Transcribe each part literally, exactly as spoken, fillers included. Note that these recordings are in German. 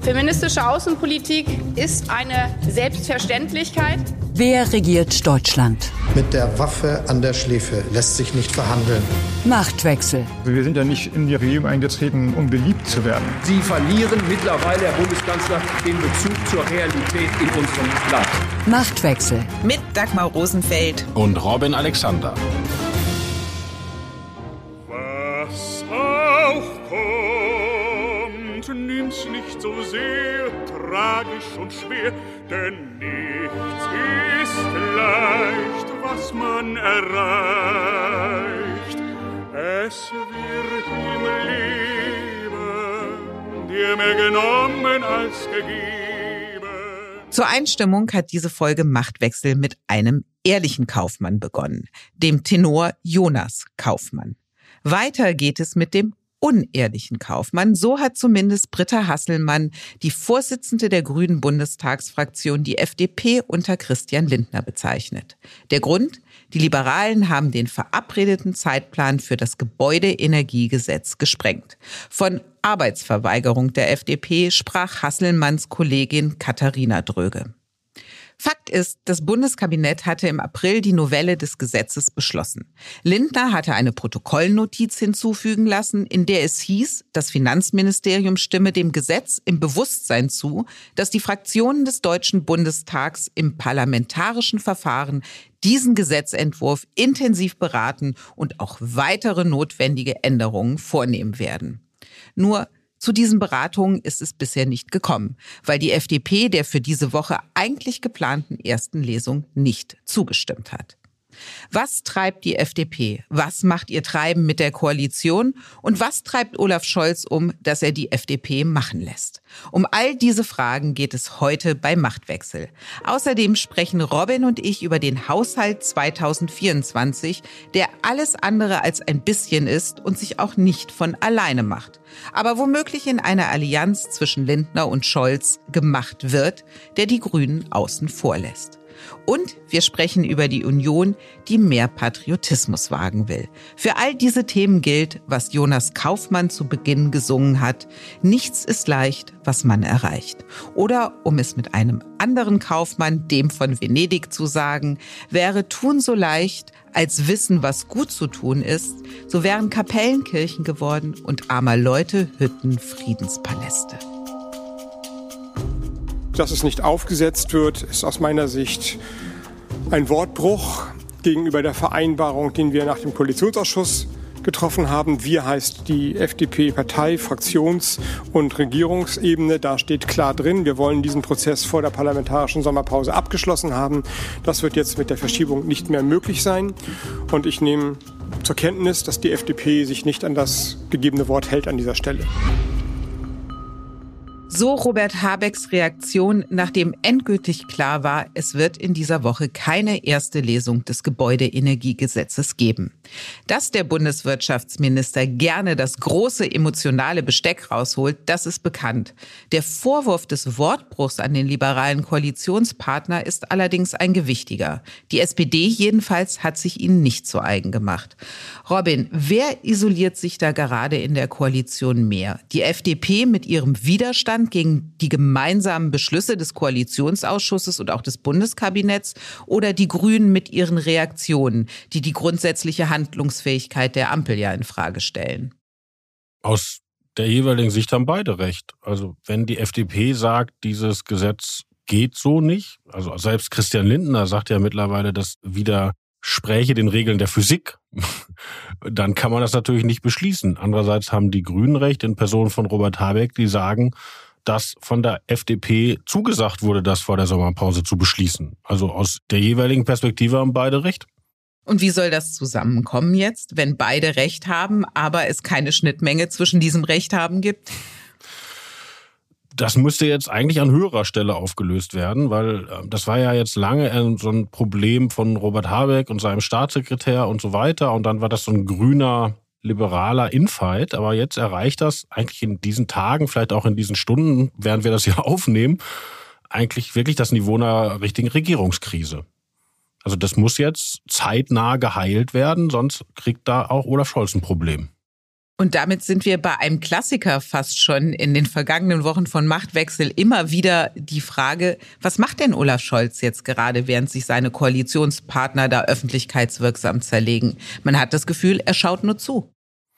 Feministische Außenpolitik ist eine Selbstverständlichkeit. Wer regiert Deutschland? Mit der Waffe an der Schläfe lässt sich nicht verhandeln. Machtwechsel. Wir sind ja nicht in die Regierung eingetreten, um beliebt zu werden. Sie verlieren mittlerweile, Herr Bundeskanzler, den Bezug zur Realität in unserem Land. Machtwechsel. Mit Dagmar Rosenfeld und Robin Alexander. Was auch kommt, nimm's nicht so sehr tragisch und schwer, denn nichts ist leicht, was man erreicht. Es wird im Leben dir mehr genommen als gegeben. Zur Einstimmung hat diese Folge Machtwechsel mit einem ehrlichen Kaufmann begonnen, dem Tenor Jonas Kaufmann. Weiter geht es mit dem unehrlichen Kaufmann. So hat zumindest Britta Hasselmann, die Vorsitzende der Grünen Bundestagsfraktion, die F D P unter Christian Lindner bezeichnet. Der Grund? Die Liberalen haben den verabredeten Zeitplan für das Gebäudeenergiegesetz gesprengt. Von Arbeitsverweigerung der F D P sprach Hasselmanns Kollegin Katharina Dröge. Fakt ist, das Bundeskabinett hatte im April die Novelle des Gesetzes beschlossen. Lindner hatte eine Protokollnotiz hinzufügen lassen, in der es hieß, das Finanzministerium stimme dem Gesetz im Bewusstsein zu, dass die Fraktionen des Deutschen Bundestags im parlamentarischen Verfahren diesen Gesetzentwurf intensiv beraten und auch weitere notwendige Änderungen vornehmen werden. Nur zu diesen Beratungen ist es bisher nicht gekommen, weil die F D P der für diese Woche eigentlich geplanten ersten Lesung nicht zugestimmt hat. Was treibt die F D P? Was macht ihr Treiben mit der Koalition? Und was treibt Olaf Scholz um, dass er die F D P machen lässt? Um all diese Fragen geht es heute bei Machtwechsel. Außerdem sprechen Robin und ich über den Haushalt zwanzig vierundzwanzig, der alles andere als ein bisschen ist und sich auch nicht von alleine macht. Aber womöglich in einer Allianz zwischen Lindner und Scholz gemacht wird, der die Grünen außen vor lässt. Und wir sprechen über die Union, die mehr Patriotismus wagen will. Für all diese Themen gilt, was Jonas Kaufmann zu Beginn gesungen hat: Nichts ist leicht, was man erreicht. Oder, um es mit einem anderen Kaufmann, dem von Venedig, zu sagen: Wäre tun so leicht, als wissen, was gut zu tun ist, so wären Kapellen Kirchen geworden und armer Leute Hütten Friedenspaläste. Dass es nicht aufgesetzt wird, ist aus meiner Sicht ein Wortbruch gegenüber der Vereinbarung, den wir nach dem Koalitionsausschuss getroffen haben. Wir heißt die F D P-Partei, Fraktions- und Regierungsebene. Da steht klar drin, wir wollen diesen Prozess vor der parlamentarischen Sommerpause abgeschlossen haben. Das wird jetzt mit der Verschiebung nicht mehr möglich sein. Und ich nehme zur Kenntnis, dass die F D P sich nicht an das gegebene Wort hält an dieser Stelle. So Robert Habecks Reaktion, nachdem endgültig klar war, es wird in dieser Woche keine erste Lesung des Gebäudeenergiegesetzes geben. Dass der Bundeswirtschaftsminister gerne das große emotionale Besteck rausholt, das ist bekannt. Der Vorwurf des Wortbruchs an den liberalen Koalitionspartner ist allerdings ein gewichtiger. Die S P D jedenfalls hat sich ihn nicht zu eigen gemacht. Robin, wer isoliert sich da gerade in der Koalition mehr? Die F D P mit ihrem Widerstand gegen die gemeinsamen Beschlüsse des Koalitionsausschusses und auch des Bundeskabinetts oder die Grünen mit ihren Reaktionen, die die grundsätzliche Handlungsfähigkeit der Ampel ja in Frage stellen? Aus der jeweiligen Sicht haben beide recht. Also wenn die F D P sagt, dieses Gesetz geht so nicht, also selbst Christian Lindner sagt ja mittlerweile, das widerspräche den Regeln der Physik, dann kann man das natürlich nicht beschließen. Andererseits haben die Grünen recht in Person von Robert Habeck, die sagen, dass von der F D P zugesagt wurde, das vor der Sommerpause zu beschließen. Also aus der jeweiligen Perspektive haben beide recht. Und wie soll das zusammenkommen jetzt, wenn beide Recht haben, aber es keine Schnittmenge zwischen diesem Recht haben gibt? Das müsste jetzt eigentlich an höherer Stelle aufgelöst werden, weil das war ja jetzt lange so ein Problem von Robert Habeck und seinem Staatssekretär und so weiter. Und dann war das so ein grüner, liberaler Infight. Aber jetzt erreicht das eigentlich in diesen Tagen, vielleicht auch in diesen Stunden, während wir das hier aufnehmen, eigentlich wirklich das Niveau einer richtigen Regierungskrise. Also das muss jetzt zeitnah geheilt werden, sonst kriegt da auch Olaf Scholz ein Problem. Und damit sind wir bei einem Klassiker fast schon in den vergangenen Wochen von Machtwechsel immer wieder die Frage, was macht denn Olaf Scholz jetzt gerade, während sich seine Koalitionspartner da öffentlichkeitswirksam zerlegen? Man hat das Gefühl, er schaut nur zu.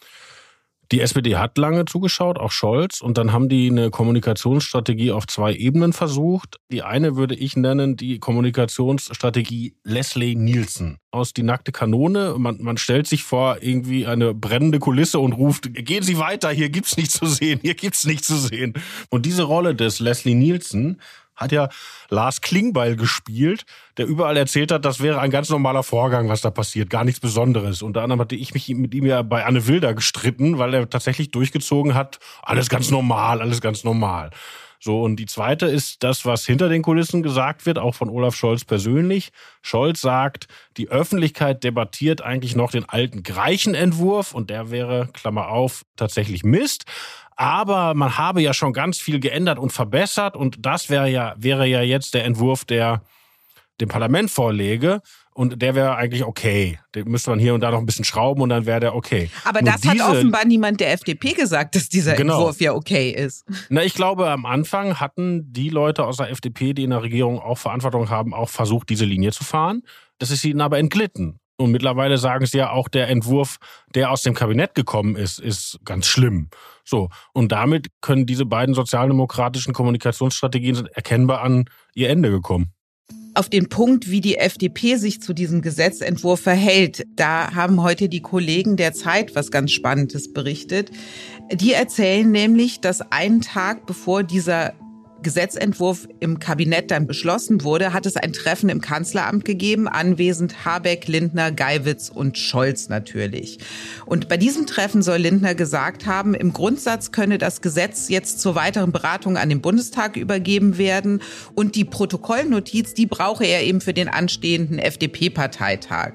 Die S P D hat lange zugeschaut, auch Scholz, und dann haben die eine Kommunikationsstrategie auf zwei Ebenen versucht. Die eine würde ich nennen, die Kommunikationsstrategie Leslie Nielsen. Aus Die nackte Kanone, man, man stellt sich vor irgendwie eine brennende Kulisse und ruft, gehen Sie weiter, hier gibt's nichts zu sehen, hier gibt's nichts zu sehen. Und diese Rolle des Leslie Nielsen hat ja Lars Klingbeil gespielt, der überall erzählt hat, das wäre ein ganz normaler Vorgang, was da passiert, gar nichts Besonderes. Unter anderem hatte ich mich mit ihm ja bei Anne Wilder gestritten, weil er tatsächlich durchgezogen hat, alles ganz normal, alles ganz normal. So, und die zweite ist das, was hinter den Kulissen gesagt wird, auch von Olaf Scholz persönlich. Scholz sagt, die Öffentlichkeit debattiert eigentlich noch den alten Greichen-Entwurf und der wäre, Klammer auf, tatsächlich Mist. Aber man habe ja schon ganz viel geändert und verbessert und das wäre ja, wäre ja jetzt der Entwurf, der dem Parlament vorlege. Und der wäre eigentlich okay. Den müsste man hier und da noch ein bisschen schrauben und dann wäre der okay. Aber Nur das diese, hat offenbar niemand der F D P gesagt, dass dieser genau. Entwurf ja okay ist. Na, ich glaube, am Anfang hatten die Leute aus der F D P, die in der Regierung auch Verantwortung haben, auch versucht, diese Linie zu fahren. Das ist ihnen aber entglitten. Und mittlerweile sagen sie ja auch, der Entwurf, der aus dem Kabinett gekommen ist, ist ganz schlimm. So. Und damit können diese beiden sozialdemokratischen Kommunikationsstrategien sind erkennbar an ihr Ende gekommen. Auf den Punkt, wie die F D P sich zu diesem Gesetzentwurf verhält, da haben heute die Kollegen der Zeit was ganz Spannendes berichtet. Die erzählen nämlich, dass einen Tag bevor dieser Gesetzentwurf im Kabinett dann beschlossen wurde, hat es ein Treffen im Kanzleramt gegeben, anwesend Habeck, Lindner, Geiwitz und Scholz natürlich. Und bei diesem Treffen soll Lindner gesagt haben, im Grundsatz könne das Gesetz jetzt zur weiteren Beratung an den Bundestag übergeben werden und die Protokollnotiz, die brauche er eben für den anstehenden F D P-Parteitag.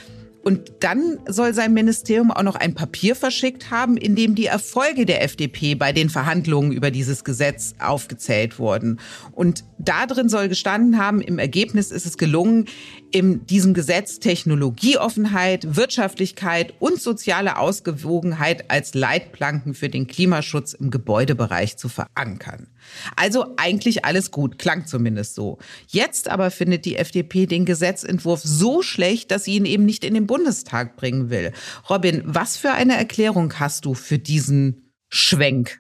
Und dann soll sein Ministerium auch noch ein Papier verschickt haben, in dem die Erfolge der F D P bei den Verhandlungen über dieses Gesetz aufgezählt wurden. Und da drin soll gestanden haben, im Ergebnis ist es gelungen, in diesem Gesetz Technologieoffenheit, Wirtschaftlichkeit und soziale Ausgewogenheit als Leitplanken für den Klimaschutz im Gebäudebereich zu verankern. Also eigentlich alles gut, klang zumindest so. Jetzt aber findet die F D P den Gesetzentwurf so schlecht, dass sie ihn eben nicht in den Bundestag bringen will. Robin, was für eine Erklärung hast du für diesen Schwenk?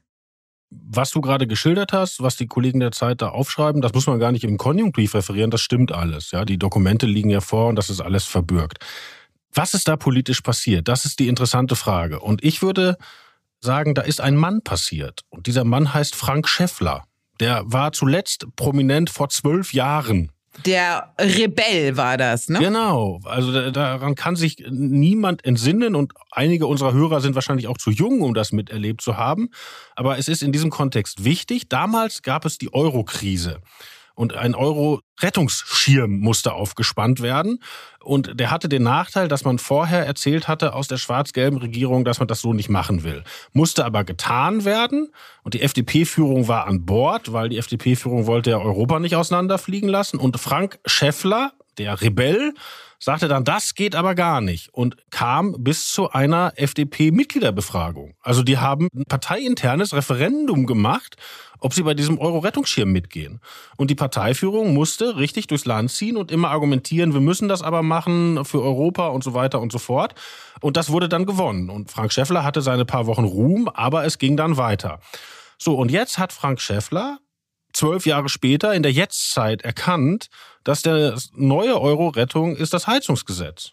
Was du gerade geschildert hast, was die Kollegen der Zeit da aufschreiben, das muss man gar nicht im Konjunktiv referieren, das stimmt alles. Ja, die Dokumente liegen ja vor und das ist alles verbürgt. Was ist da politisch passiert? Das ist die interessante Frage. Und ich würde sagen, da ist ein Mann passiert. Und dieser Mann heißt Frank Schäffler. Der war zuletzt prominent vor zwölf Jahren. Der Rebell war das, ne? Genau. Also daran kann sich niemand entsinnen und einige unserer Hörer sind wahrscheinlich auch zu jung, um das miterlebt zu haben. Aber es ist in diesem Kontext wichtig. Damals gab es die Euro-Krise. Und ein Euro-Rettungsschirm musste aufgespannt werden. Und der hatte den Nachteil, dass man vorher erzählt hatte aus der schwarz-gelben Regierung, dass man das so nicht machen will. Musste aber getan werden. Und die F D P-Führung war an Bord, weil die F D P-Führung wollte ja Europa nicht auseinanderfliegen lassen. Und Frank Schäffler, der Rebell, sagte dann, das geht aber gar nicht und kam bis zu einer F D P-Mitgliederbefragung. Also die haben ein parteiinternes Referendum gemacht, ob sie bei diesem Euro-Rettungsschirm mitgehen. Und die Parteiführung musste richtig durchs Land ziehen und immer argumentieren, wir müssen das aber machen für Europa und so weiter und so fort. Und das wurde dann gewonnen. Und Frank Schäffler hatte seine paar Wochen Ruhm, aber es ging dann weiter. So, und jetzt hat Frank Schäffler zwölf Jahre später in der Jetztzeit erkannt, dass der neue Euro-Rettung ist das Heizungsgesetz.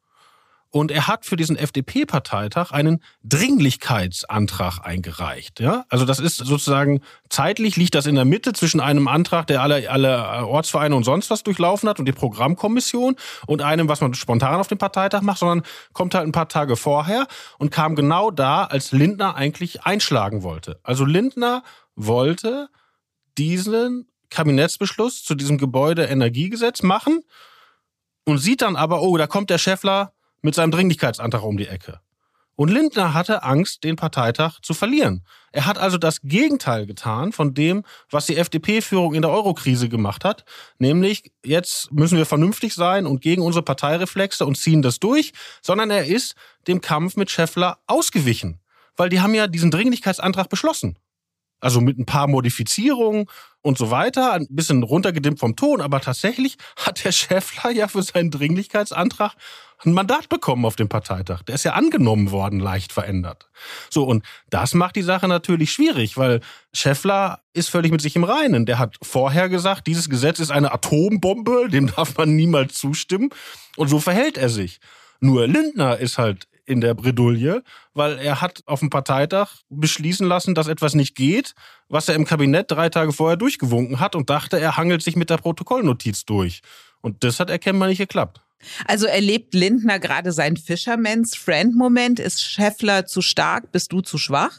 Und er hat für diesen F D P-Parteitag einen Dringlichkeitsantrag eingereicht. Ja? Also das ist sozusagen, zeitlich liegt das in der Mitte zwischen einem Antrag, der alle, alle Ortsvereine und sonst was durchlaufen hat und die Programmkommission und einem, was man spontan auf dem Parteitag macht, sondern kommt halt ein paar Tage vorher und kam genau da, als Lindner eigentlich einschlagen wollte. Also Lindner wollte diesen Kabinettsbeschluss zu diesem Gebäudeenergiegesetz machen und sieht dann aber, oh, da kommt der Schäffler mit seinem Dringlichkeitsantrag um die Ecke. Und Lindner hatte Angst, den Parteitag zu verlieren. Er hat also das Gegenteil getan von dem, was die F D P-Führung in der Eurokrise gemacht hat. Nämlich, jetzt müssen wir vernünftig sein und gegen unsere Parteireflexe und ziehen das durch. Sondern er ist dem Kampf mit Schäffler ausgewichen. weil die haben ja diesen Dringlichkeitsantrag beschlossen. Also mit ein paar Modifizierungen und so weiter, ein bisschen runtergedimmt vom Ton, aber tatsächlich hat der Schäffler ja für seinen Dringlichkeitsantrag ein Mandat bekommen auf dem Parteitag. Der ist ja angenommen worden, leicht verändert. So, und das macht die Sache natürlich schwierig, weil Schäffler ist völlig mit sich im Reinen. Der hat vorher gesagt, dieses Gesetz ist eine Atombombe, dem darf man niemals zustimmen. Und so verhält er sich. Nur Lindner ist halt in der Bredouille, weil er hat auf dem Parteitag beschließen lassen, dass etwas nicht geht, was er im Kabinett drei Tage vorher durchgewunken hat und dachte, er hangelt sich mit der Protokollnotiz durch. Und das hat erkennbar nicht geklappt. Also erlebt Lindner gerade seinen Fisherman's Friend-Moment? Ist Schäffler zu stark? Bist du zu schwach?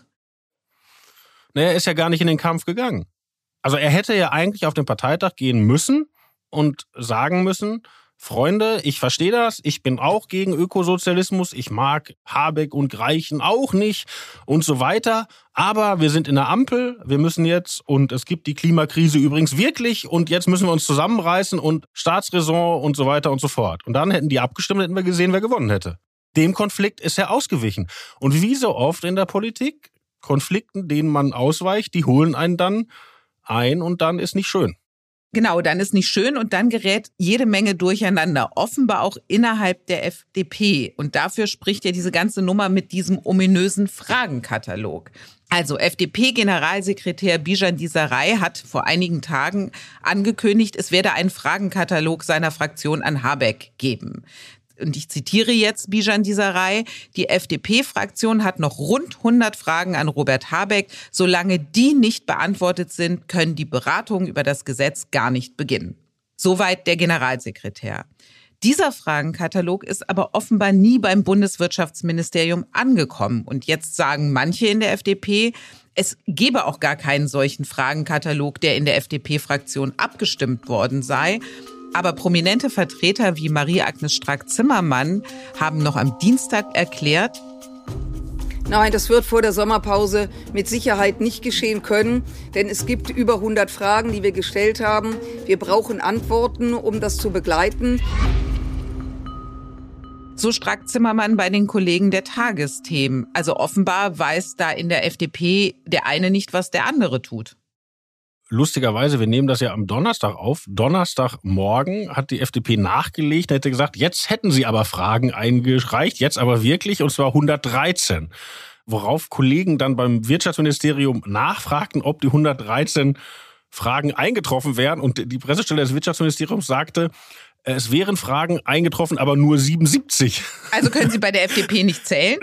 Naja, er ist ja gar nicht in den Kampf gegangen. Also er hätte ja eigentlich auf den Parteitag gehen müssen und sagen müssen, Freunde, ich verstehe das, ich bin auch gegen Ökosozialismus, ich mag Habeck und Greichen auch nicht und so weiter, aber wir sind in der Ampel, wir müssen jetzt, und es gibt die Klimakrise übrigens wirklich, und jetzt müssen wir uns zusammenreißen und Staatsräson und so weiter und so fort. Und dann hätten die abgestimmt, hätten wir gesehen, wer gewonnen hätte. Dem Konflikt ist er ausgewichen. Und wie so oft in der Politik, Konflikten, denen man ausweicht, die holen einen dann ein und dann ist nicht schön. Genau, dann ist nicht schön und dann gerät jede Menge durcheinander, offenbar auch innerhalb der F D P. Und dafür spricht ja diese ganze Nummer mit diesem ominösen Fragenkatalog. Also F D P-Generalsekretär Bijan Dizarei hat vor einigen Tagen angekündigt, es werde einen Fragenkatalog seiner Fraktion an Habeck geben. Und ich zitiere jetzt Bijan Dizarei, die F D P-Fraktion hat noch rund hundert Fragen an Robert Habeck. Solange die nicht beantwortet sind, können die Beratungen über das Gesetz gar nicht beginnen. Soweit der Generalsekretär. Dieser Fragenkatalog ist aber offenbar nie beim Bundeswirtschaftsministerium angekommen. Und jetzt sagen manche in der F D P, es gebe auch gar keinen solchen Fragenkatalog, der in der F D P-Fraktion abgestimmt worden sei. Aber prominente Vertreter wie Marie-Agnes Strack-Zimmermann haben noch am Dienstag erklärt, nein, das wird vor der Sommerpause mit Sicherheit nicht geschehen können, denn es gibt über hundert Fragen, die wir gestellt haben. Wir brauchen Antworten, um das zu begleiten. So Strack-Zimmermann bei den Kollegen der Tagesthemen. Also offenbar weiß da in der F D P der eine nicht, was der andere tut. Lustigerweise, wir nehmen das ja am Donnerstag auf. Donnerstagmorgen hat die F D P nachgelegt, hätte gesagt, jetzt hätten sie aber Fragen eingereicht, jetzt aber wirklich, und zwar hundertdreizehn. Worauf Kollegen dann beim Wirtschaftsministerium nachfragten, ob die hundertdreizehn Fragen eingetroffen wären. Und die Pressestelle des Wirtschaftsministeriums sagte, es wären Fragen eingetroffen, aber nur siebenundsiebzig. Also können Sie bei der F D P nicht zählen?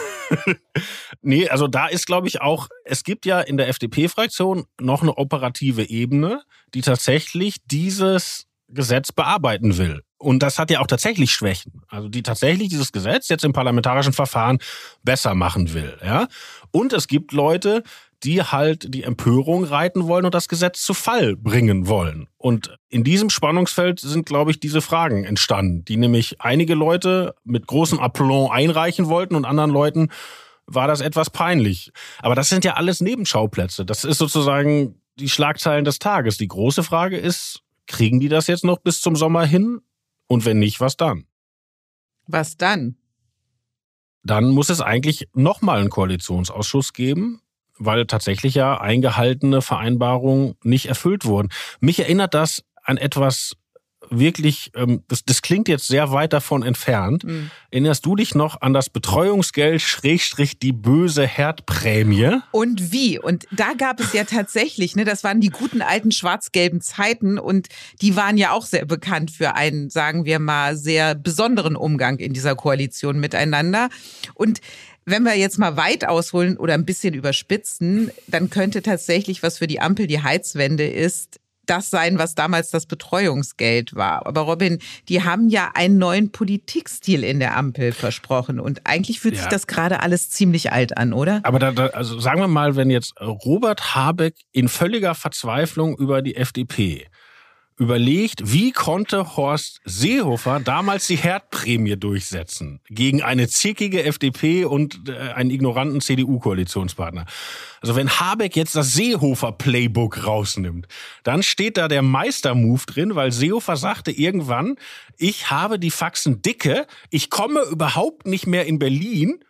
Nee, also da ist, glaube ich, auch, es gibt ja in der F D P-Fraktion noch eine operative Ebene, die tatsächlich dieses Gesetz bearbeiten will. Und das hat ja auch tatsächlich Schwächen. Also die tatsächlich dieses Gesetz jetzt im parlamentarischen Verfahren besser machen will. Ja? Und es gibt Leute, die halt die Empörung reiten wollen und das Gesetz zu Fall bringen wollen. Und in diesem Spannungsfeld sind, glaube ich, diese Fragen entstanden, die nämlich einige Leute mit großem Aplomb einreichen wollten und anderen Leuten war das etwas peinlich. Aber das sind ja alles Nebenschauplätze. Das ist sozusagen die Schlagzeilen des Tages. Die große Frage ist, kriegen die das jetzt noch bis zum Sommer hin? Und wenn nicht, was dann? Was dann? Dann muss es eigentlich nochmal einen Koalitionsausschuss geben, weil tatsächlich ja eingehaltene Vereinbarungen nicht erfüllt wurden. Mich erinnert das an etwas wirklich, ähm, das, das klingt jetzt sehr weit davon entfernt. Mhm. Erinnerst du dich noch an das Betreuungsgeld Schrägstrich die böse Herdprämie? Und wie? Und da gab es ja tatsächlich, ne, das waren die guten alten schwarz-gelben Zeiten und die waren ja auch sehr bekannt für einen, sagen wir mal, sehr besonderen Umgang in dieser Koalition miteinander. Und wenn wir jetzt mal weit ausholen oder ein bisschen überspitzen, dann könnte tatsächlich, was für die Ampel die Heizwende ist, das sein, was damals das Betreuungsgeld war. Aber Robin, die haben ja einen neuen Politikstil in der Ampel versprochen. Und eigentlich fühlt ja. sich das gerade alles ziemlich alt an, oder? Aber da, da, also sagen wir mal, wenn jetzt Robert Habeck in völliger Verzweiflung über die F D P überlegt, wie konnte Horst Seehofer damals die Herdprämie durchsetzen gegen eine zickige F D P und einen ignoranten C D U-Koalitionspartner. Also wenn Habeck jetzt das Seehofer-Playbook rausnimmt, dann steht da der Meistermove drin, weil Seehofer sagte irgendwann, ich habe die Faxen dicke, ich komme überhaupt nicht mehr in Berlin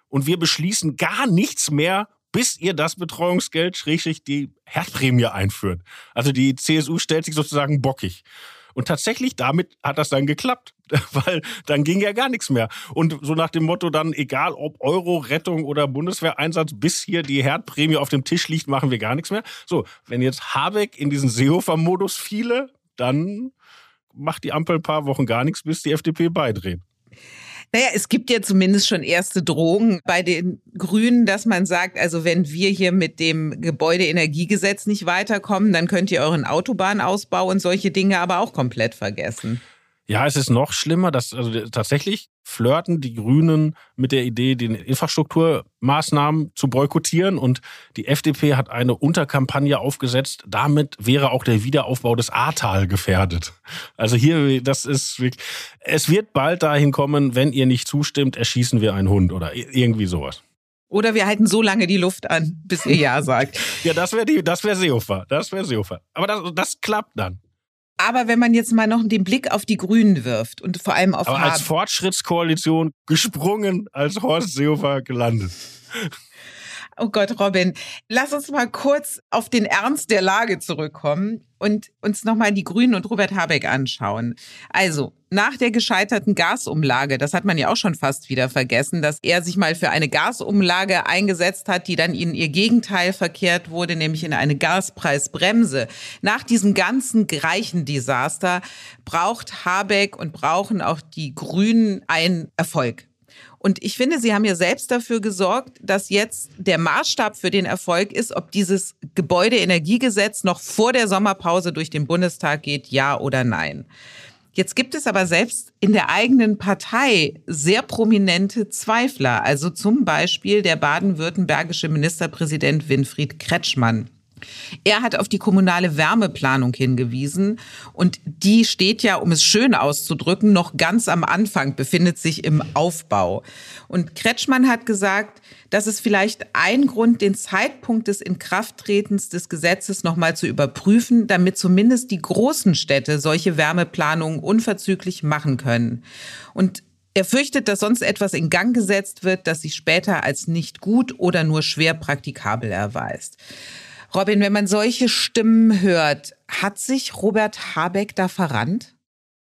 und wir beschließen gar nichts mehr, bis ihr das Betreuungsgeld, schrägstrich die Herdprämie einführt. Also die C S U stellt sich sozusagen bockig. Und tatsächlich, damit hat das dann geklappt, weil dann ging ja gar nichts mehr. Und so nach dem Motto dann, egal ob Euro-Rettung oder Bundeswehreinsatz, bis hier die Herdprämie auf dem Tisch liegt, machen wir gar nichts mehr. So, wenn jetzt Habeck in diesen Seehofer-Modus fiele, dann macht die Ampel ein paar Wochen gar nichts, bis die F D P beidreht. Naja, es gibt ja zumindest schon erste Drohungen bei den Grünen, dass man sagt, also wenn wir hier mit dem Gebäudeenergiegesetz nicht weiterkommen, dann könnt ihr euren Autobahnausbau und solche Dinge aber auch komplett vergessen. Ja, es ist noch schlimmer, dass also tatsächlich flirten die Grünen mit der Idee, die Infrastrukturmaßnahmen zu boykottieren, und die F D P hat eine Unterkampagne aufgesetzt. Damit wäre auch der Wiederaufbau des Ahrtal gefährdet. Also hier, das ist wirklich, es wird bald dahin kommen, wenn ihr nicht zustimmt, erschießen wir einen Hund oder irgendwie sowas. Oder wir halten so lange die Luft an, bis ihr Ja sagt. Ja, das wäre die, das wäre Seehofer, das wäre Seehofer. Aber das, das klappt dann. Aber wenn man jetzt mal noch den Blick auf die Grünen wirft und vor allem auf Aber als Fortschrittskoalition gesprungen, als Horst Seehofer gelandet. Oh Gott, Robin, lass uns mal kurz auf den Ernst der Lage zurückkommen und uns nochmal die Grünen und Robert Habeck anschauen. Also, nach der gescheiterten Gasumlage, das hat man ja auch schon fast wieder vergessen, dass er sich mal für eine Gasumlage eingesetzt hat, die dann in ihr Gegenteil verkehrt wurde, nämlich in eine Gaspreisbremse. Nach diesem ganzen Reichendesaster braucht Habeck und brauchen auch die Grünen einen Erfolg. Und ich finde, Sie haben ja selbst dafür gesorgt, dass jetzt der Maßstab für den Erfolg ist, ob dieses Gebäudeenergiegesetz noch vor der Sommerpause durch den Bundestag geht, ja oder nein. Jetzt gibt es aber selbst in der eigenen Partei sehr prominente Zweifler, also zum Beispiel der baden-württembergische Ministerpräsident Winfried Kretschmann. Er hat auf die kommunale Wärmeplanung hingewiesen und die steht ja, um es schön auszudrücken, noch ganz am Anfang, befindet sich im Aufbau. Und Kretschmann hat gesagt, das ist vielleicht ein Grund, den Zeitpunkt des Inkrafttretens des Gesetzes nochmal zu überprüfen, damit zumindest die großen Städte solche Wärmeplanungen unverzüglich machen können. Und er fürchtet, dass sonst etwas in Gang gesetzt wird, das sich später als nicht gut oder nur schwer praktikabel erweist. Robin, wenn man solche Stimmen hört, hat sich Robert Habeck da verrannt?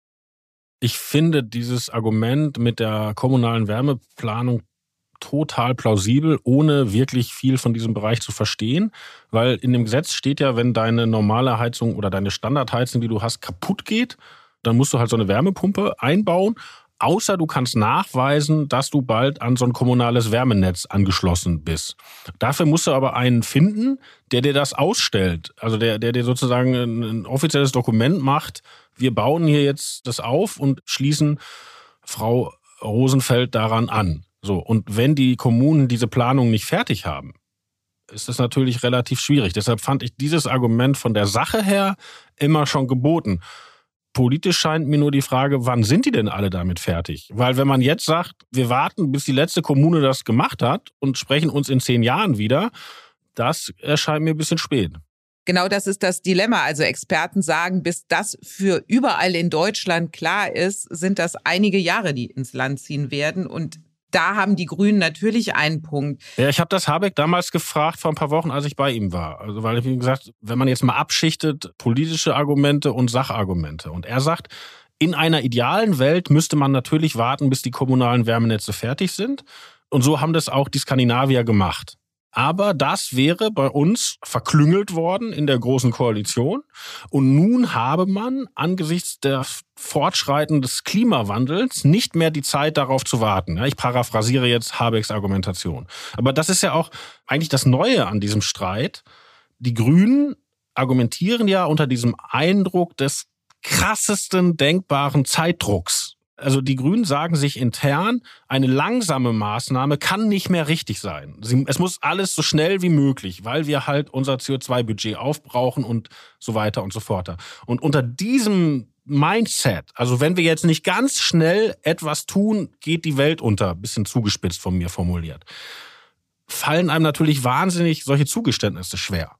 Ich finde dieses Argument mit der kommunalen Wärmeplanung total plausibel, ohne wirklich viel von diesem Bereich zu verstehen. Weil in dem Gesetz steht ja, wenn deine normale Heizung oder deine Standardheizung, die du hast, kaputt geht, dann musst du halt so eine Wärmepumpe einbauen. Außer du kannst nachweisen, dass du bald an so ein kommunales Wärmenetz angeschlossen bist. Dafür musst du aber einen finden, der dir das ausstellt. Also der, der dir sozusagen ein offizielles Dokument macht. Wir bauen hier jetzt das auf und schließen Frau Rosenfeld daran an. So, und wenn die Kommunen diese Planung nicht fertig haben, ist das natürlich relativ schwierig. Deshalb fand ich dieses Argument von der Sache her immer schon geboten. Politisch scheint mir nur die Frage, wann sind die denn alle damit fertig? Weil wenn man jetzt sagt, wir warten, bis die letzte Kommune das gemacht hat und sprechen uns in zehn Jahren wieder, das erscheint mir ein bisschen spät. Genau, das ist das Dilemma. Also Experten sagen, bis das für überall in Deutschland klar ist, sind das einige Jahre, die ins Land ziehen werden. Und da haben die Grünen natürlich einen Punkt. Ja, ich habe das Habeck damals gefragt vor ein paar Wochen, als ich bei ihm war. Also weil ich wie gesagt, wenn man jetzt mal abschichtet, politische Argumente und Sachargumente. Und er sagt, in einer idealen Welt müsste man natürlich warten, bis die kommunalen Wärmenetze fertig sind. Und so haben das auch die Skandinavier gemacht. Aber das wäre bei uns verklüngelt worden in der Großen Koalition. Und nun habe man angesichts der Fortschreiten des Klimawandels nicht mehr die Zeit, darauf zu warten. Ich paraphrasiere jetzt Habecks Argumentation. Aber das ist ja auch eigentlich das Neue an diesem Streit. Die Grünen argumentieren ja unter diesem Eindruck des krassesten denkbaren Zeitdrucks. Also die Grünen sagen sich intern, eine langsame Maßnahme kann nicht mehr richtig sein. Sie, es muss alles so schnell wie möglich, weil wir halt unser C O zwei Budget aufbrauchen und so weiter und so fort. Und unter diesem Mindset, also wenn wir jetzt nicht ganz schnell etwas tun, geht die Welt unter, bisschen zugespitzt von mir formuliert, fallen einem natürlich wahnsinnig solche Zugeständnisse schwer.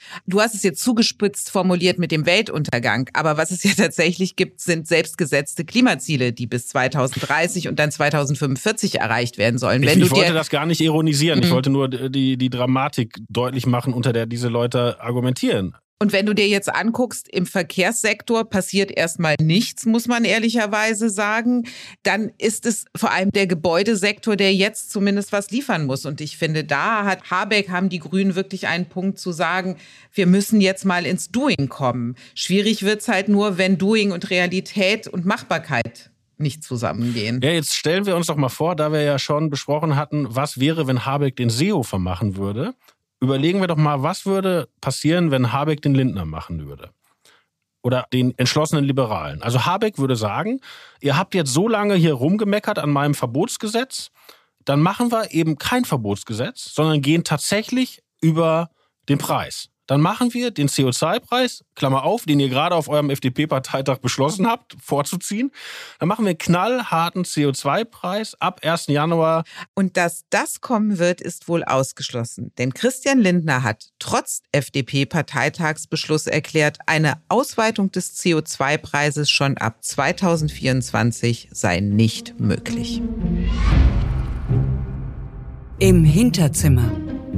Du hast es jetzt zugespitzt formuliert mit dem Weltuntergang. Aber was es ja tatsächlich gibt, sind selbstgesetzte Klimaziele, die bis zweitausenddreißig und dann zweitausendfünfundvierzig erreicht werden sollen. Wenn ich, du ich wollte dir das gar nicht ironisieren. Mhm. Ich wollte nur die, die Dramatik deutlich machen, unter der diese Leute argumentieren. Und wenn du dir jetzt anguckst, im Verkehrssektor passiert erstmal nichts, muss man ehrlicherweise sagen. Dann ist es vor allem der Gebäudesektor, der jetzt zumindest was liefern muss. Und ich finde, da hat Habeck, haben die Grünen wirklich einen Punkt zu sagen, wir müssen jetzt mal ins Doing kommen. Schwierig wird's halt nur, wenn Doing und Realität und Machbarkeit nicht zusammengehen. Ja, jetzt stellen wir uns doch mal vor, da wir ja schon besprochen hatten, was wäre, wenn Habeck den Seehofer machen würde. Überlegen wir doch mal, was würde passieren, wenn Habeck den Lindner machen würde? Oder den entschlossenen Liberalen. Also Habeck würde sagen, ihr habt jetzt so lange hier rumgemeckert an meinem Verbotsgesetz, dann machen wir eben kein Verbotsgesetz, sondern gehen tatsächlich über den Preis. Dann machen wir den C O zwei Preis, Klammer auf, den ihr gerade auf eurem F D P-Parteitag beschlossen habt, vorzuziehen. Dann machen wir einen knallharten C O zwei Preis ab ersten Januar. Und dass das kommen wird, ist wohl ausgeschlossen. Denn Christian Lindner hat trotz F D P-Parteitagsbeschluss erklärt, eine Ausweitung des C O zwei Preises schon ab zweitausendvierundzwanzig sei nicht möglich. Im Hinterzimmer.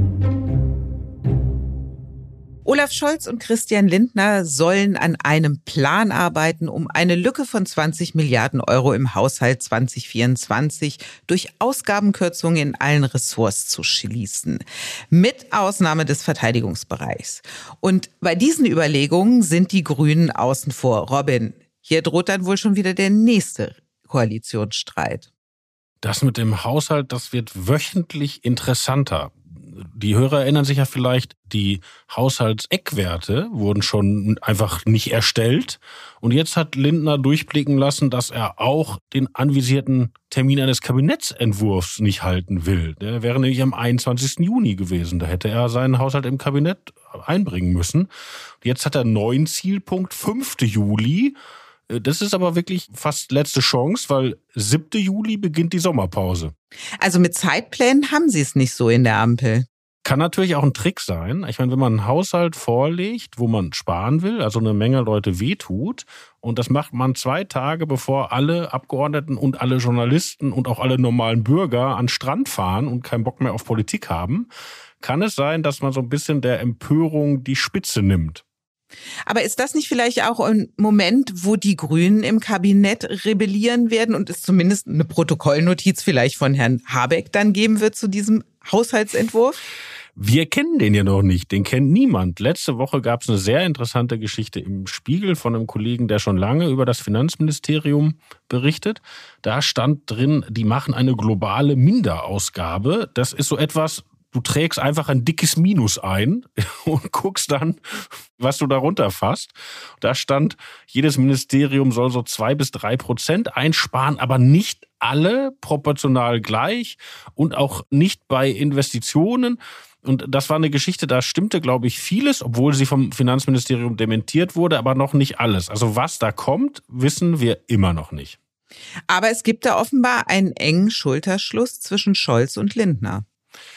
Olaf Scholz und Christian Lindner sollen an einem Plan arbeiten, um eine Lücke von zwanzig Milliarden Euro im Haushalt zwanzig vierundzwanzig durch Ausgabenkürzungen in allen Ressorts zu schließen. Mit Ausnahme des Verteidigungsbereichs. Und bei diesen Überlegungen sind die Grünen außen vor. Robin, hier droht dann wohl schon wieder der nächste Koalitionsstreit. Das mit dem Haushalt, das wird wöchentlich interessanter. Die Hörer erinnern sich ja vielleicht, die Haushaltseckwerte wurden schon einfach nicht erstellt. Und jetzt hat Lindner durchblicken lassen, dass er auch den anvisierten Termin eines Kabinettsentwurfs nicht halten will. Der wäre nämlich am einundzwanzigsten Juni gewesen. Da hätte er seinen Haushalt im Kabinett einbringen müssen. Jetzt hat er einen neuen Zielpunkt, fünften Juli. Das ist aber wirklich fast letzte Chance, weil siebten Juli beginnt die Sommerpause. Also mit Zeitplänen haben sie es nicht so in der Ampel. Kann natürlich auch ein Trick sein. Ich meine, wenn man einen Haushalt vorlegt, wo man sparen will, also eine Menge Leute wehtut, und das macht man zwei Tage, bevor alle Abgeordneten und alle Journalisten und auch alle normalen Bürger an den Strand fahren und keinen Bock mehr auf Politik haben, kann es sein, dass man so ein bisschen der Empörung die Spitze nimmt. Aber ist das nicht vielleicht auch ein Moment, wo die Grünen im Kabinett rebellieren werden und es zumindest eine Protokollnotiz vielleicht von Herrn Habeck dann geben wird zu diesem Haushaltsentwurf? Wir kennen den ja noch nicht, den kennt niemand. Letzte Woche gab es eine sehr interessante Geschichte im Spiegel von einem Kollegen, der schon lange über das Finanzministerium berichtet. Da stand drin, die machen eine globale Minderausgabe. Das ist so etwas, du trägst einfach ein dickes Minus ein und guckst dann, was du darunter fasst. Da stand, jedes Ministerium soll so zwei bis drei Prozent einsparen, aber nicht alle proportional gleich und auch nicht bei Investitionen. Und das war eine Geschichte, da stimmte, glaube ich, vieles, obwohl sie vom Finanzministerium dementiert wurde, aber noch nicht alles. Also was da kommt, wissen wir immer noch nicht. Aber es gibt da offenbar einen engen Schulterschluss zwischen Scholz und Lindner.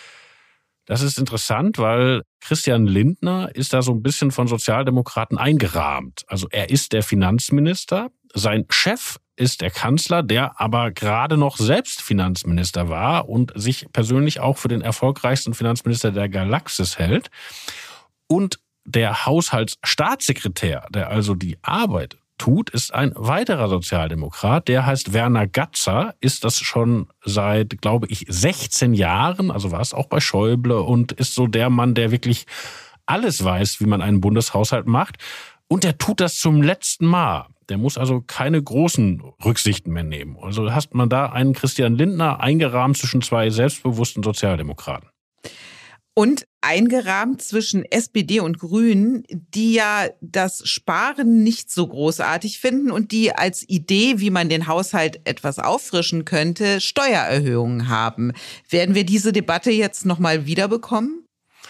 Das ist interessant, weil Christian Lindner ist da so ein bisschen von Sozialdemokraten eingerahmt. Also er ist der Finanzminister, sein Chef ist der Kanzler, der aber gerade noch selbst Finanzminister war und sich persönlich auch für den erfolgreichsten Finanzminister der Galaxis hält. Und der Haushaltsstaatssekretär, der also die Arbeit tut, ist ein weiterer Sozialdemokrat, der heißt Werner Gatzer, ist das schon seit, glaube ich, sechzehn Jahren, also war es auch bei Schäuble und ist so der Mann, der wirklich alles weiß, wie man einen Bundeshaushalt macht. Und der tut das zum letzten Mal. Der muss also keine großen Rücksichten mehr nehmen. Also hast man da einen Christian Lindner eingerahmt zwischen zwei selbstbewussten Sozialdemokraten. Und eingerahmt zwischen S P D und Grünen, die ja das Sparen nicht so großartig finden und die als Idee, wie man den Haushalt etwas auffrischen könnte, Steuererhöhungen haben. Werden wir diese Debatte jetzt nochmal wiederbekommen?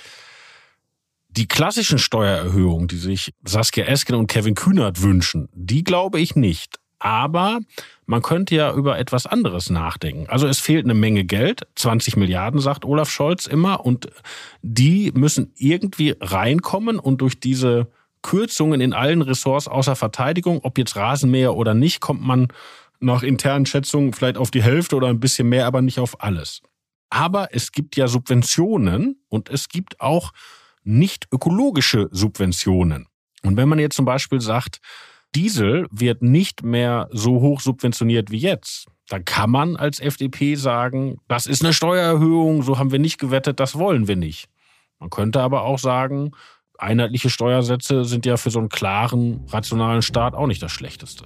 Die klassischen Steuererhöhungen, die sich Saskia Esken und Kevin Kühnert wünschen, die glaube ich nicht. Aber man könnte ja über etwas anderes nachdenken. Also es fehlt eine Menge Geld, zwanzig Milliarden, sagt Olaf Scholz immer. Und die müssen irgendwie reinkommen. Und durch diese Kürzungen in allen Ressorts außer Verteidigung, ob jetzt Rasenmäher oder nicht, kommt man nach internen Schätzungen vielleicht auf die Hälfte oder ein bisschen mehr, aber nicht auf alles. Aber es gibt ja Subventionen und es gibt auch nicht ökologische Subventionen. Und wenn man jetzt zum Beispiel sagt, Diesel wird nicht mehr so hoch subventioniert wie jetzt, dann kann man als F D P sagen, das ist eine Steuererhöhung, so haben wir nicht gewettet, das wollen wir nicht. Man könnte aber auch sagen, einheitliche Steuersätze sind ja für so einen klaren, rationalen Staat auch nicht das Schlechteste.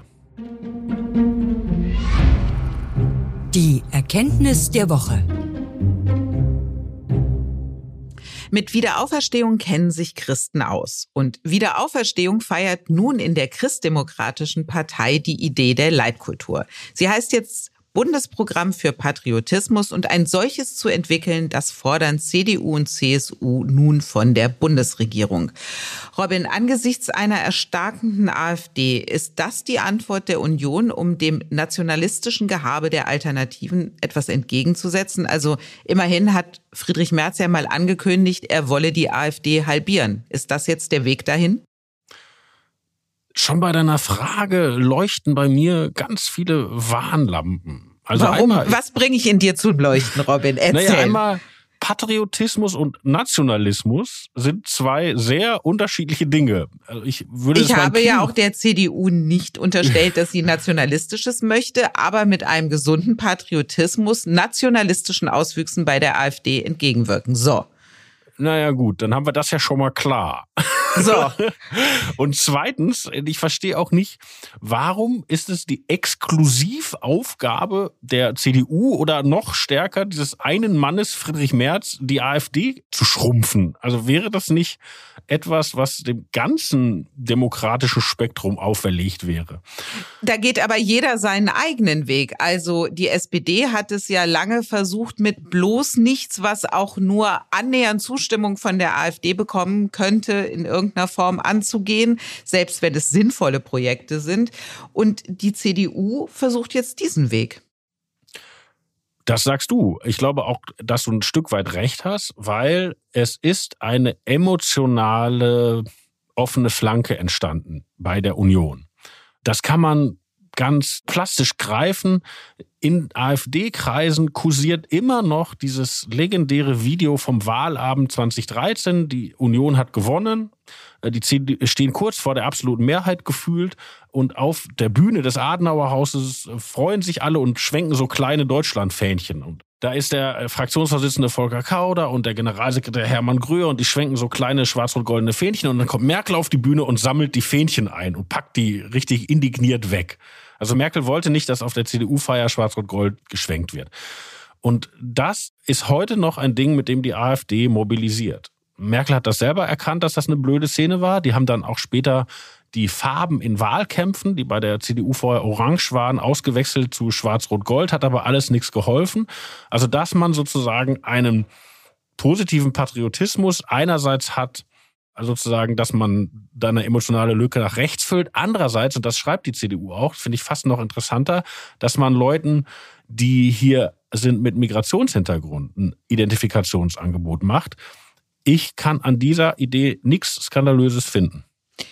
Die Erkenntnis der Woche. Mit Wiederauferstehung kennen sich Christen aus. Und Wiederauferstehung feiert nun in der Christdemokratischen Partei die Idee der Leitkultur. Sie heißt jetzt Bundesprogramm für Patriotismus, und ein solches zu entwickeln, das fordern C D U und C S U nun von der Bundesregierung. Robin, angesichts einer erstarkenden AfD, ist das die Antwort der Union, um dem nationalistischen Gehabe der Alternativen etwas entgegenzusetzen? Also immerhin hat Friedrich Merz ja mal angekündigt, er wolle die AfD halbieren. Ist das jetzt der Weg dahin? Schon bei deiner Frage leuchten bei mir ganz viele Warnlampen. Also Warum? Einmal, Was bringe ich in dir zum Leuchten, Robin? Erzähl. Naja, einmal Patriotismus und Nationalismus sind zwei sehr unterschiedliche Dinge. Also ich würde ich habe ja auch der C D U nicht unterstellt, dass sie Nationalistisches möchte, aber mit einem gesunden Patriotismus nationalistischen Auswüchsen bei der AfD entgegenwirken. So. Naja gut, dann haben wir das ja schon mal klar. So. Und zweitens, ich verstehe auch nicht, warum ist es die Exklusivaufgabe der C D U oder noch stärker dieses einen Mannes Friedrich Merz, die AfD zu schrumpfen? Also wäre das nicht etwas, was dem ganzen demokratischen Spektrum auferlegt wäre? Da geht aber jeder seinen eigenen Weg. Also die S P D hat es ja lange versucht, mit bloß nichts, was auch nur annähernd Zustimmung von der AfD bekommen könnte, in irgendeiner Form anzugehen, selbst wenn es sinnvolle Projekte sind. Und die C D U versucht jetzt diesen Weg. Das sagst du. Ich glaube auch, dass du ein Stück weit recht hast, weil es ist eine emotionale, offene Flanke entstanden bei der Union. Das kann man ganz plastisch greifen. In AfD-Kreisen kursiert immer noch dieses legendäre Video vom Wahlabend zwanzig dreizehn. Die Union hat gewonnen. Die C D U stehen kurz vor der absoluten Mehrheit gefühlt. Und auf der Bühne des Adenauerhauses freuen sich alle und schwenken so kleine Deutschlandfähnchen. Und da ist der Fraktionsvorsitzende Volker Kauder und der Generalsekretär Hermann Gröhe und die schwenken so kleine schwarz-rot-goldene Fähnchen. Und dann kommt Merkel auf die Bühne und sammelt die Fähnchen ein und packt die richtig indigniert weg. Also Merkel wollte nicht, dass auf der C D U-Feier schwarz-rot-gold geschwenkt wird. Und das ist heute noch ein Ding, mit dem die AfD mobilisiert. Merkel hat das selber erkannt, dass das eine blöde Szene war. Die haben dann auch später die Farben in Wahlkämpfen, die bei der C D U vorher orange waren, ausgewechselt zu schwarz-rot-gold, hat aber alles nichts geholfen. Also dass man sozusagen einen positiven Patriotismus einerseits hat, also sozusagen, dass man da eine emotionale Lücke nach rechts füllt. Andererseits, und das schreibt die C D U auch, finde ich fast noch interessanter, dass man Leuten, die hier sind mit Migrationshintergrund, ein Identifikationsangebot macht. Ich kann an dieser Idee nichts Skandalöses finden.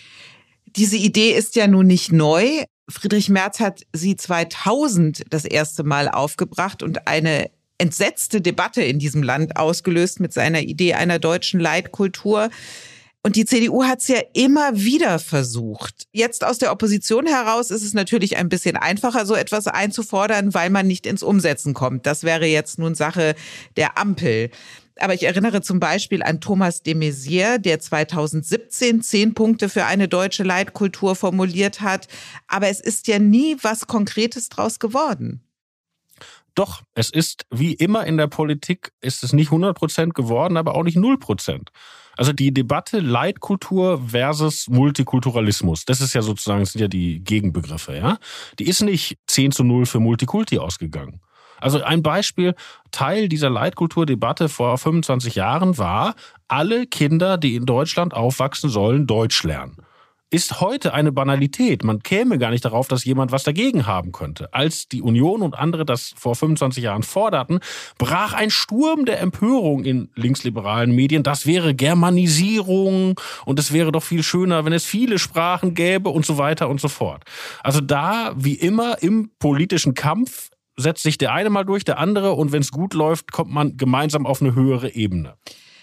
Diese Idee ist ja nun nicht neu. Friedrich Merz hat sie zweitausend das erste Mal aufgebracht und eine entsetzte Debatte in diesem Land ausgelöst mit seiner Idee einer deutschen Leitkultur. Und die C D U hat es ja immer wieder versucht. Jetzt aus der Opposition heraus ist es natürlich ein bisschen einfacher, so etwas einzufordern, weil man nicht ins Umsetzen kommt. Das wäre jetzt nun Sache der Ampel. Aber ich erinnere zum Beispiel an Thomas de Maizière, der zweitausendsiebzehn zehn Punkte für eine deutsche Leitkultur formuliert hat. Aber es ist ja nie was Konkretes draus geworden. Doch, es ist wie immer in der Politik, ist es nicht hundert Prozent geworden, aber auch nicht null Prozent. Also die Debatte Leitkultur versus Multikulturalismus, das ist ja sozusagen, das sind ja die Gegenbegriffe, ja. Die ist nicht zehn zu null für Multikulti ausgegangen. Also ein Beispiel, Teil dieser Leitkulturdebatte vor fünfundzwanzig Jahren war, alle Kinder, die in Deutschland aufwachsen, sollen Deutsch lernen. ist heute eine Banalität. Man käme gar nicht darauf, dass jemand was dagegen haben könnte. Als die Union und andere das vor fünfundzwanzig Jahren forderten, brach ein Sturm der Empörung in linksliberalen Medien. Das wäre Germanisierung und es wäre doch viel schöner, wenn es viele Sprachen gäbe und so weiter und so fort. Also da, wie immer, im politischen Kampf setzt sich der eine mal durch, der andere, und wenn es gut läuft, kommt man gemeinsam auf eine höhere Ebene.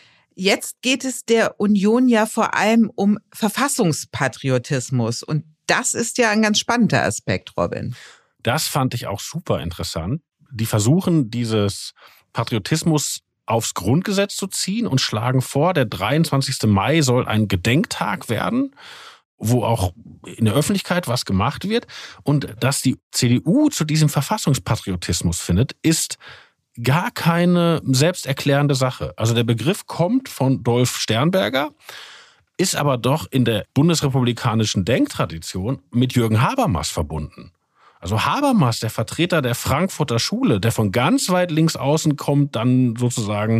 Jetzt geht es der Union ja vor allem um Verfassungspatriotismus. Und das ist ja ein ganz spannender Aspekt, Robin. Das fand ich auch super interessant. Die versuchen, dieses Patriotismus aufs Grundgesetz zu ziehen und schlagen vor, der dreiundzwanzigster Mai soll ein Gedenktag werden, wo auch in der Öffentlichkeit was gemacht wird. Und dass die C D U zu diesem Verfassungspatriotismus findet, ist gar keine selbsterklärende Sache. Also der Begriff kommt von Dolf Sternberger, ist aber doch in der bundesrepublikanischen Denktradition mit Jürgen Habermas verbunden. Also Habermas, der Vertreter der Frankfurter Schule, der von ganz weit links außen kommt, dann sozusagen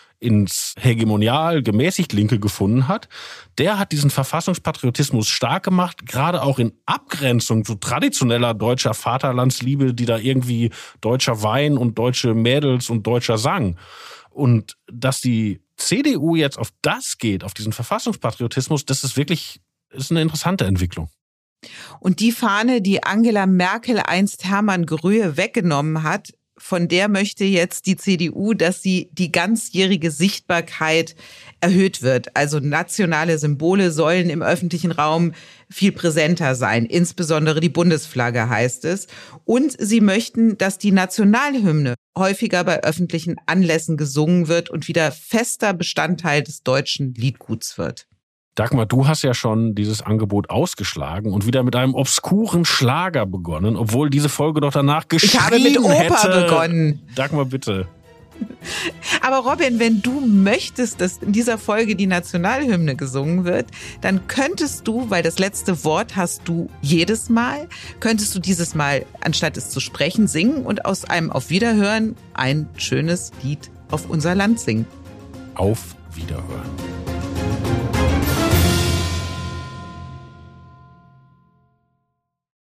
ins Hegemonial gemäßigt Linke gefunden hat, der hat diesen Verfassungspatriotismus stark gemacht, gerade auch in Abgrenzung zu traditioneller deutscher Vaterlandsliebe, die da irgendwie deutscher Wein und deutsche Mädels und deutscher Sang. Und dass die C D U jetzt auf das geht, auf diesen Verfassungspatriotismus, das ist wirklich ist eine interessante Entwicklung. Und die Fahne, die Angela Merkel einst Hermann Gröhe weggenommen hat, von der möchte jetzt die C D U, dass sie die ganzjährige Sichtbarkeit erhöht wird. Also nationale Symbole sollen im öffentlichen Raum viel präsenter sein, insbesondere die Bundesflagge, heißt es. Und sie möchten, dass die Nationalhymne häufiger bei öffentlichen Anlässen gesungen wird und wieder fester Bestandteil des deutschen Liedguts wird. Dagmar, du hast ja schon dieses Angebot ausgeschlagen und wieder mit einem obskuren Schlager begonnen, obwohl diese Folge doch danach geschrien hätte. Ich habe mit Oper begonnen. Dagmar, bitte. Aber Robin, wenn du möchtest, dass in dieser Folge die Nationalhymne gesungen wird, dann könntest du, weil das letzte Wort hast du jedes Mal, könntest du dieses Mal, anstatt es zu sprechen, singen und aus einem Auf Wiederhören ein schönes Lied auf unser Land singen. Auf Wiederhören.